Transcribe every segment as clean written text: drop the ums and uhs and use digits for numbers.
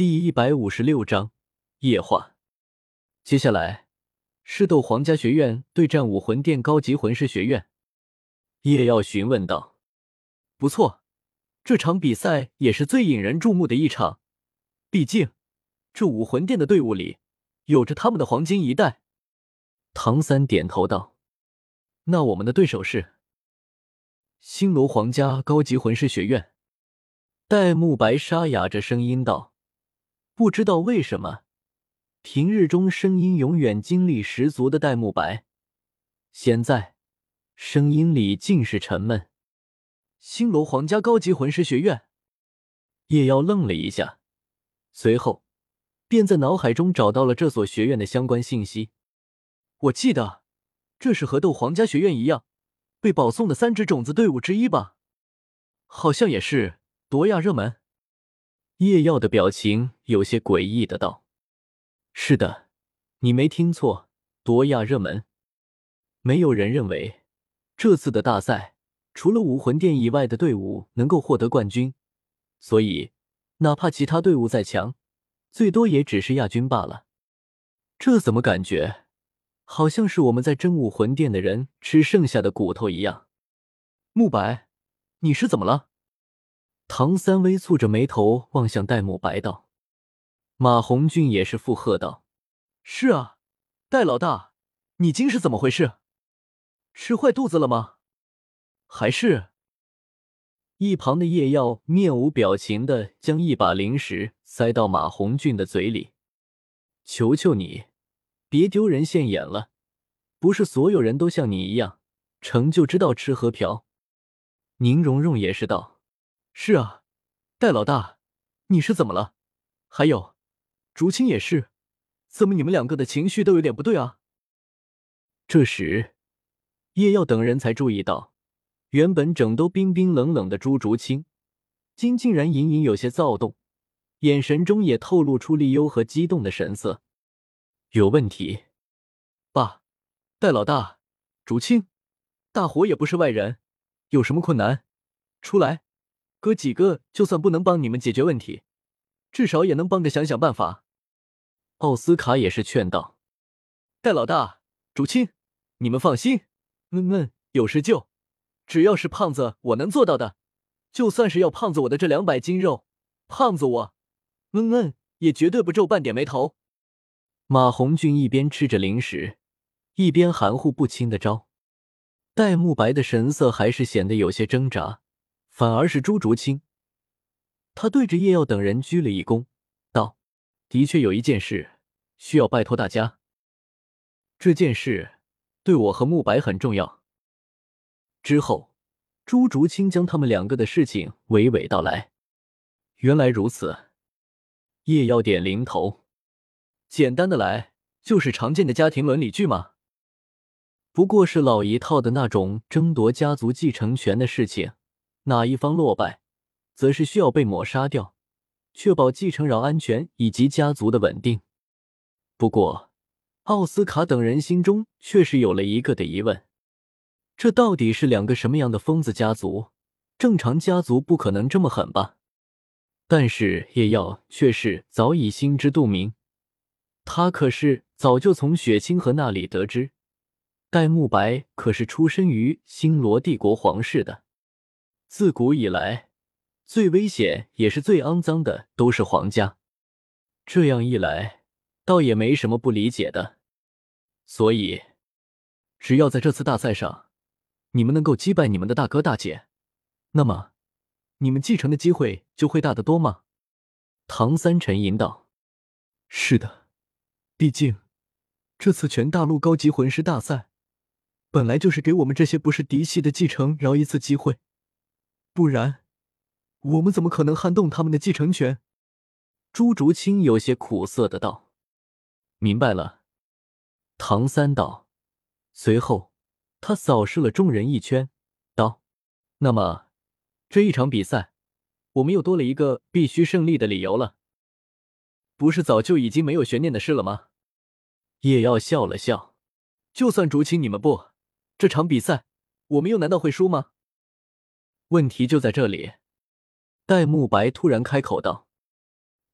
第156章夜话。接下来是斗皇家学院对战武魂殿高级魂师学院。叶耀询问道：不错，这场比赛也是最引人注目的一场，毕竟这武魂殿的队伍里有着他们的黄金一代。唐三点头道：那我们的对手是星罗皇家高级魂师学院。戴沐白沙哑着声音道，不知道为什么平日中声音永远精力十足的戴沐白，现在声音里尽是沉闷。星罗皇家高级魂师学院。叶妖愣了一下，随后便在脑海中找到了这所学院的相关信息。我记得这是和斗皇家学院一样被保送的3支种子队伍之一吧？好像也是夺亚热门。叶耀的表情有些诡异的道：是的，你没听错，夺亚热门。没有人认为这次的大赛除了武魂殿以外的队伍能够获得冠军，所以哪怕其他队伍再强，最多也只是亚军罢了。这怎么感觉好像是我们在争武魂殿的人吃剩下的骨头一样。沐白，你是怎么了？唐三微蹙着眉头望向戴沐白道。马红俊也是附和道：是啊，戴老大，你今是怎么回事？吃坏肚子了吗？还是……一旁的叶耀面无表情地将一把零食塞到马红俊的嘴里。求求你，别丢人现眼了，不是所有人都像你一样，成就知道吃喝嫖。宁荣荣也是道：是啊，戴老大，你是怎么了？还有，竹青也是，怎么你们两个的情绪都有点不对啊？这时，叶耀等人才注意到，原本整都冰冰冷冷的朱竹清，竟然隐隐有些躁动，眼神中也透露出利忧和激动的神色。有问题？爸，戴老大，竹青，大伙也不是外人，有什么困难出来，哥几个就算不能帮你们解决问题，至少也能帮着想想办法。奥斯卡也是劝道：戴老大，竹青，你们放心，有事救，只要是胖子我能做到的，就算是要胖子我的这200斤肉，胖子我也绝对不皱半点眉头。马红俊一边吃着零食，一边含糊不清的招。戴沐白的神色还是显得有些挣扎，反而是朱竹清，他对着叶耀等人鞠了一躬，道：的确有一件事需要拜托大家，这件事对我和沐白很重要。之后朱竹清将他们2个的事情娓娓道来。原来如此。叶耀点零头。简单的来，就是常见的家庭伦理剧嘛。不过是老一套的那种争夺家族继承权的事情，哪一方落败，则是需要被抹杀掉，确保继承人安全以及家族的稳定。不过奥斯卡等人心中确实有了一个的疑问，这到底是2个什么样的疯子家族？正常家族不可能这么狠吧？但是叶耀却是早已心知肚明，他可是早就从雪清河那里得知，戴沐白可是出身于星罗帝国皇室的。自古以来，最危险也是最肮脏的都是皇家。这样一来，倒也没什么不理解的。所以，只要在这次大赛上，你们能够击败你们的大哥大姐，那么你们继承的机会就会大得多吗？唐三沉吟道：是的，毕竟这次全大陆高级魂师大赛本来就是给我们这些不是嫡系的继承饶一次机会，不然我们怎么可能撼动他们的继承权？朱竹清有些苦涩的道。明白了。唐三道。随后他扫视了众人一圈，道：那么这一场比赛我们又多了一个必须胜利的理由了。不是早就已经没有悬念的事了吗？叶耀笑了笑，就算竹青你们不，这场比赛我们又难道会输吗？问题就在这里。戴沐白突然开口道：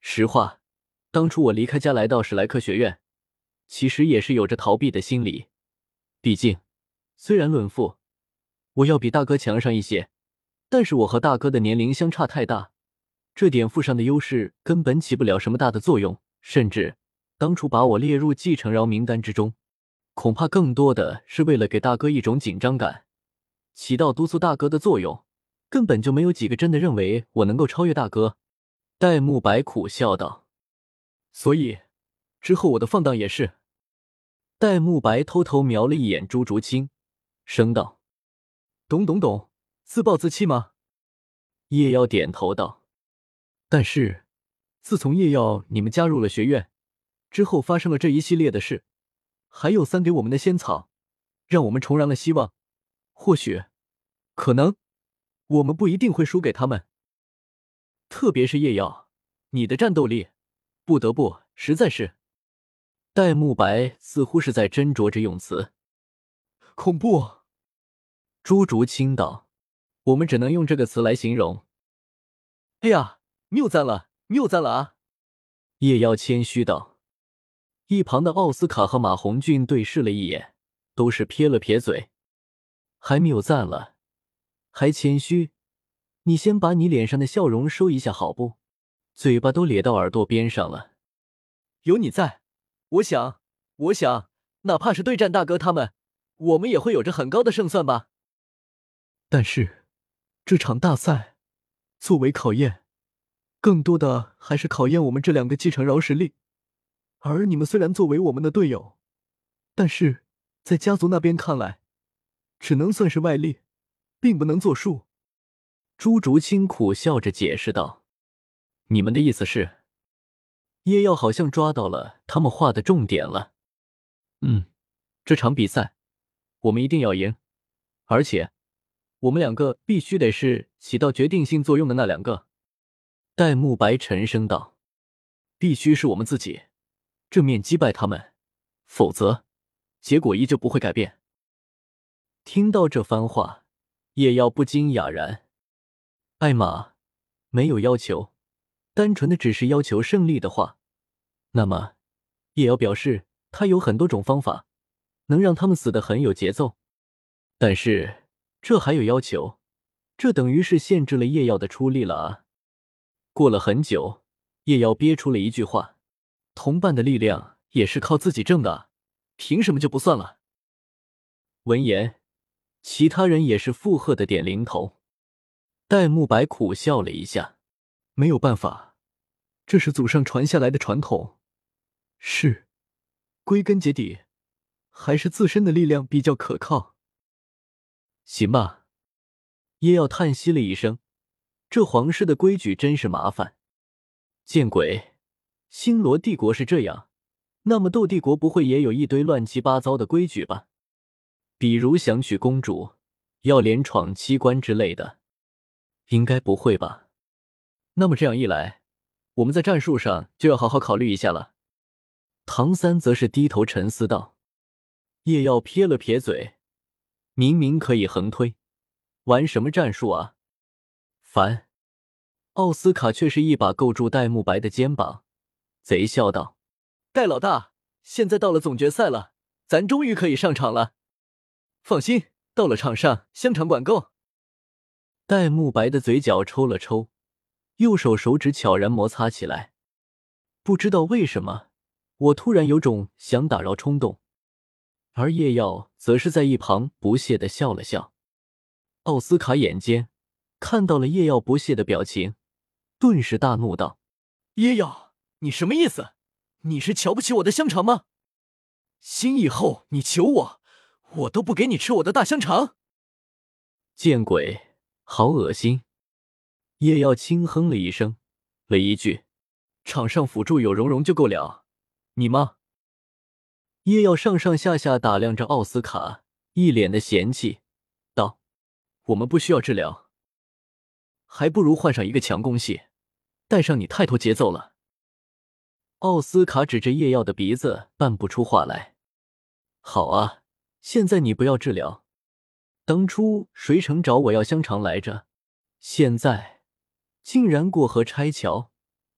实话，当初我离开家来到史莱克学院，其实也是有着逃避的心理。毕竟，虽然论父，我要比大哥强上一些，但是我和大哥的年龄相差太大，这点父上的优势根本起不了什么大的作用。甚至，当初把我列入继承饶名单之中，恐怕更多的是为了给大哥一种紧张感，起到督促大哥的作用。根本就没有几个真的认为我能够超越大哥。戴沐白苦笑道。所以，之后我的放荡也是。戴沐白偷偷瞄了一眼朱竹清，声道：懂，自暴自弃吗？叶耀点头道。但是，自从叶耀你们加入了学院之后，发生了这一系列的事，还有3给我们的仙草，让我们重燃了希望。或许，可能，我们不一定会输给他们。特别是叶耀，你的战斗力，不得不，实在是……戴沐白似乎是在斟酌着用词。恐怖。朱竹清道，我们只能用这个词来形容。哎呀，谬赞了啊！叶耀谦虚道。一旁的奥斯卡和马红俊对视了一眼，都是撇了撇嘴。还谬赞了，还谦虚？你先把你脸上的笑容收一下好不？嘴巴都咧到耳朵边上了。有你在，我想，哪怕是对战大哥他们，我们也会有着很高的胜算吧。但是，这场大赛，作为考验，更多的还是考验我们这2个继承饶实力。而你们虽然作为我们的队友，但是在家族那边看来，只能算是外力，并不能作数。朱竹清苦笑着解释道。你们的意思是？叶耀好像抓到了他们话的重点了。这场比赛我们一定要赢，而且我们2个必须得是起到决定性作用的那2个。戴沐白沉声道。必须是我们自己正面击败他们，否则结果依旧不会改变。听到这番话，叶耀不禁哑然。艾玛没有要求，单纯的只是要求胜利的话，那么叶耀表示他有很多种方法能让他们死得很有节奏。但是这还有要求，这等于是限制了叶耀的出力了啊。过了很久，叶耀憋出了一句话：同伴的力量也是靠自己挣的啊，凭什么就不算了？闻言，其他人也是附和的点零头。戴沐白苦笑了一下，没有办法，这是祖上传下来的传统。是，归根结底，还是自身的力量比较可靠。行吧。叶耀叹息了一声，这皇室的规矩真是麻烦。见鬼，星罗帝国是这样，那么斗帝国不会也有一堆乱七八糟的规矩吧？比如想娶公主，要连闯7关之类的。应该不会吧？那么这样一来，我们在战术上就要好好考虑一下了。唐三则是低头沉思道。叶耀撇了撇嘴，明明可以横推，玩什么战术啊？烦。奥斯卡却是一把勾住戴沐白的肩膀，贼笑道：戴老大，现在到了总决赛了，咱终于可以上场了。放心，到了场上，香肠管够。戴沐白的嘴角抽了抽，右手手指悄然摩擦起来。不知道为什么，我突然有种想打扰冲动。而叶耀则是在一旁不屑地笑了笑。奥斯卡眼尖，看到了叶耀不屑的表情，顿时大怒道：叶耀，你什么意思？你是瞧不起我的香肠吗？新以后你求我，我都不给你吃我的大香肠。见鬼！好恶心！叶耀轻哼了一声，了一句：场上辅助有容容就够了，你吗？叶耀上上下下打量着奥斯卡，一脸的嫌弃道：我们不需要治疗，还不如换上一个强攻系，带上你太拖节奏了。奥斯卡指着叶耀的鼻子办不出话来。好啊，现在你不要治疗，当初谁曾找我要香肠来着？现在竟然过河拆桥，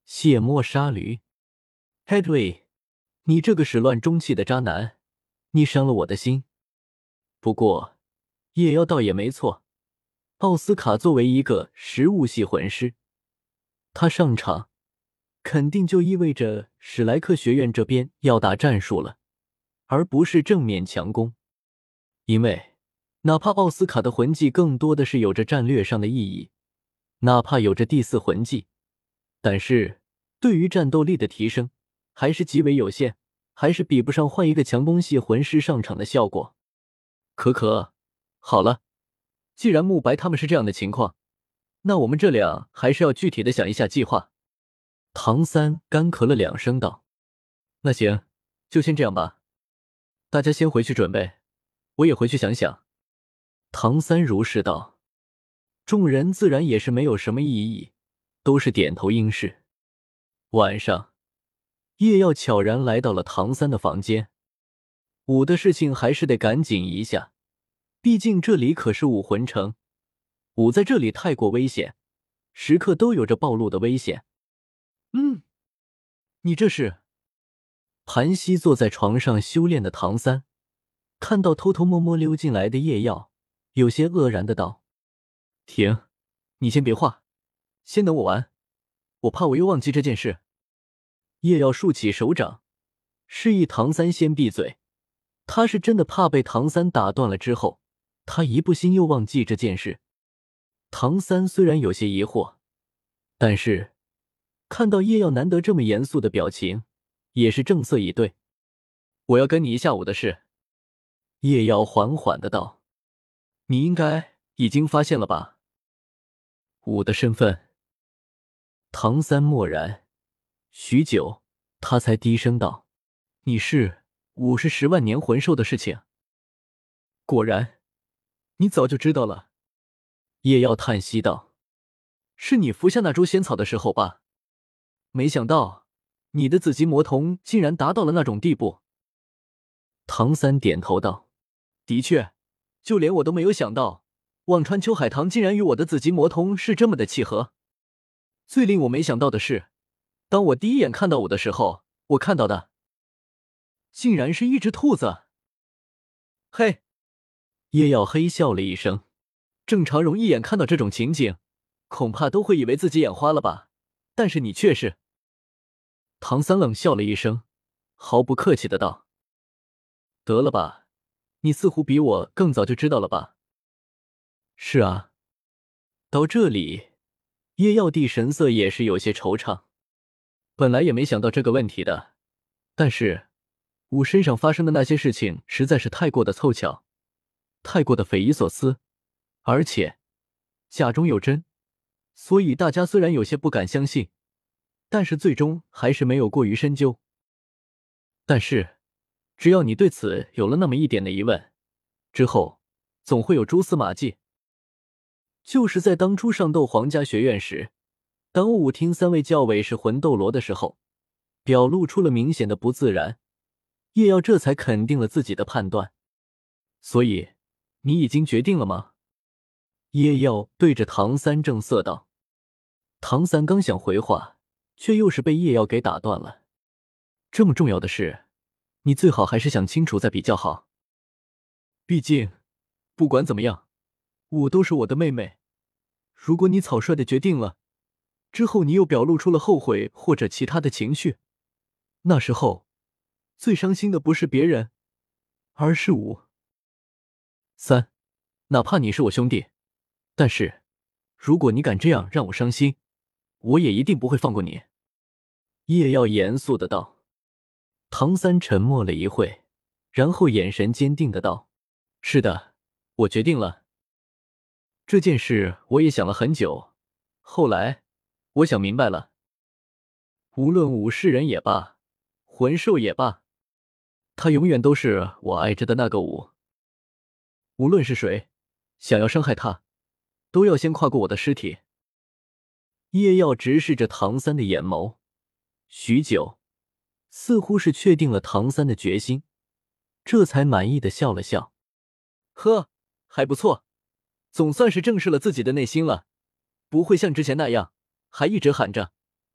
卸磨杀驴。Hedwig，你这个始乱终弃的渣男，你伤了我的心。不过，叶妖倒也没错。奥斯卡作为一个食物系魂师，他上场肯定就意味着史莱克学院这边要打战术了，而不是正面强攻。因为哪怕奥斯卡的魂技更多的是有着战略上的意义，哪怕有着第四魂技，但是对于战斗力的提升还是极为有限，还是比不上换一个强攻系魂师上场的效果。可，好了，既然慕白他们是这样的情况，那我们这俩还是要具体的想一下计划。唐三干咳了2声道：那行，就先这样吧，大家先回去准备，我也回去想想。唐三如是道。众人自然也是没有什么异议，都是点头应是。晚上，叶耀悄然来到了唐三的房间。武的事情还是得赶紧一下，毕竟这里可是武魂城，武在这里太过危险，时刻都有着暴露的危险。你这是？盘膝坐在床上修炼的唐三，看到偷偷摸摸溜进来的叶耀，有些愕然的道：停，你先别画，先等我完，我怕我又忘记这件事。叶耀竖起手掌，示意唐三先闭嘴。他是真的怕被唐三打断了之后，他一不心又忘记这件事。唐三虽然有些疑惑，但是看到叶耀难得这么严肃的表情，也是正色以对。我要跟你一下午的事。叶耀缓缓的道：你应该已经发现了吧？武的身份。唐三默然许久，他才低声道：你是50万年魂兽的事情。果然，你早就知道了。叶耀叹息道：是你服下那株仙草的时候吧？没想到你的紫极魔瞳竟然达到了那种地步。唐三点头道：的确，就连我都没有想到忘川秋海棠竟然与我的紫极魔瞳是这么的契合。最令我没想到的是，当我第一眼看到我的时候，我看到的竟然是一只兔子。嘿，叶耀嘿笑了一声，正常人一眼看到这种情景，恐怕都会以为自己眼花了吧，但是你却是。唐三冷笑了一声，毫不客气的道：得了吧，你似乎比我更早就知道了吧？是啊。到这里，叶耀帝神色也是有些惆怅。本来也没想到这个问题的，但是武身上发生的那些事情实在是太过的凑巧，太过的匪夷所思，而且假中有真，所以大家虽然有些不敢相信，但是最终还是没有过于深究。但是只要你对此有了那么一点的疑问，之后总会有蛛丝马迹。就是在当初上斗皇家学院时，当武听3位教委是魂斗罗的时候，表露出了明显的不自然，叶耀这才肯定了自己的判断。所以你已经决定了吗？叶耀对着唐三正色道。唐三刚想回话，却又是被叶耀给打断了。这么重要的事，你最好还是想清楚再比较好。毕竟不管怎么样，我都是我的妹妹，如果你草率的决定了，之后你又表露出了后悔或者其他的情绪，那时候最伤心的不是别人，而是我。三，哪怕你是我兄弟，但是如果你敢这样让我伤心，我也一定不会放过你。叶耀严肃的道。唐三沉默了一会，然后眼神坚定的道：是的，我决定了。这件事我也想了很久，后来我想明白了，无论武士人也罢，魂兽也罢，他永远都是我爱着的那个武。无论是谁想要伤害他，都要先跨过我的尸体。叶耀直视着唐三的眼眸，许久，似乎是确定了唐三的决心，这才满意的笑了笑。呵，还不错，总算是正视了自己的内心了，不会像之前那样还一直喊着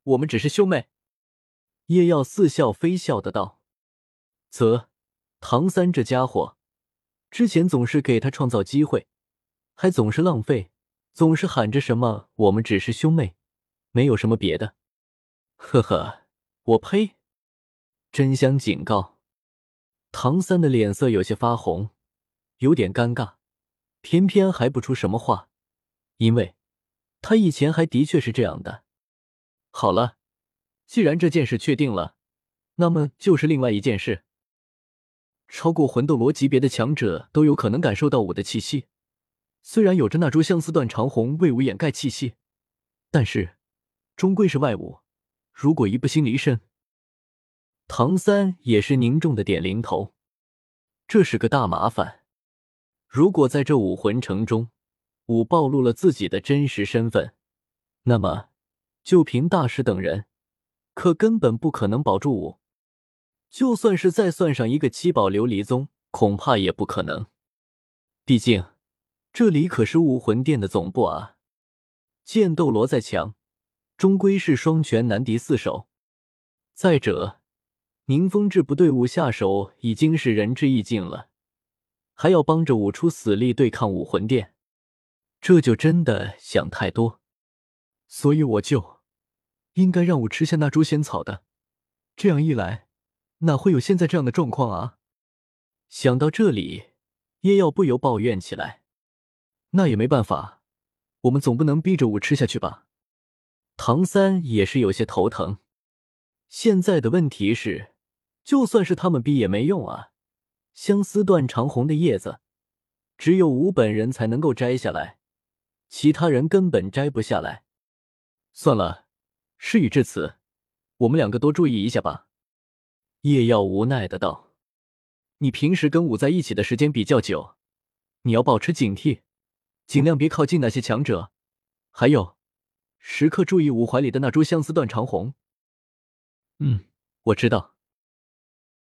我们只是兄妹。叶耀似笑非笑的道。啧，唐三这家伙，之前总是给他创造机会，还总是浪费，总是喊着什么我们只是兄妹，没有什么别的。呵呵，我呸！真香警告。唐三的脸色有些发红，有点尴尬，偏偏还不出什么话，因为他以前还的确是这样的。好了，既然这件事确定了，那么就是另外一件事。超过魂斗罗级别的强者都有可能感受到武的气息，虽然有着那株相思断长红为武掩盖气息，但是终归是外物，如果一不幸离身。唐三也是凝重的点零头，这是个大麻烦。如果在这武魂城中，武暴露了自己的真实身份，那么就凭大师等人，可根本不可能保住武。就算是再算上一个七宝琉璃宗，恐怕也不可能。毕竟，这里可是武魂殿的总部啊！剑斗罗再强，终归是双拳难敌四手。再者，宁风致不对武下手已经是仁至义尽了，还要帮着武出死力对抗武魂殿，这就真的想太多。所以我就应该让武吃下那株仙草的，这样一来，哪会有现在这样的状况啊？想到这里，叶耀不由抱怨起来。那也没办法，我们总不能逼着武吃下去吧？唐三也是有些头疼。现在的问题是，就算是他们逼也没用啊！相思断长红的叶子，只有武本人才能够摘下来，其他人根本摘不下来。算了，事已至此，我们两个多注意一下吧。叶耀无奈的道。你平时跟武在一起的时间比较久，你要保持警惕，尽量别靠近那些强者。还有，时刻注意武怀里的那株相思断长红。我知道。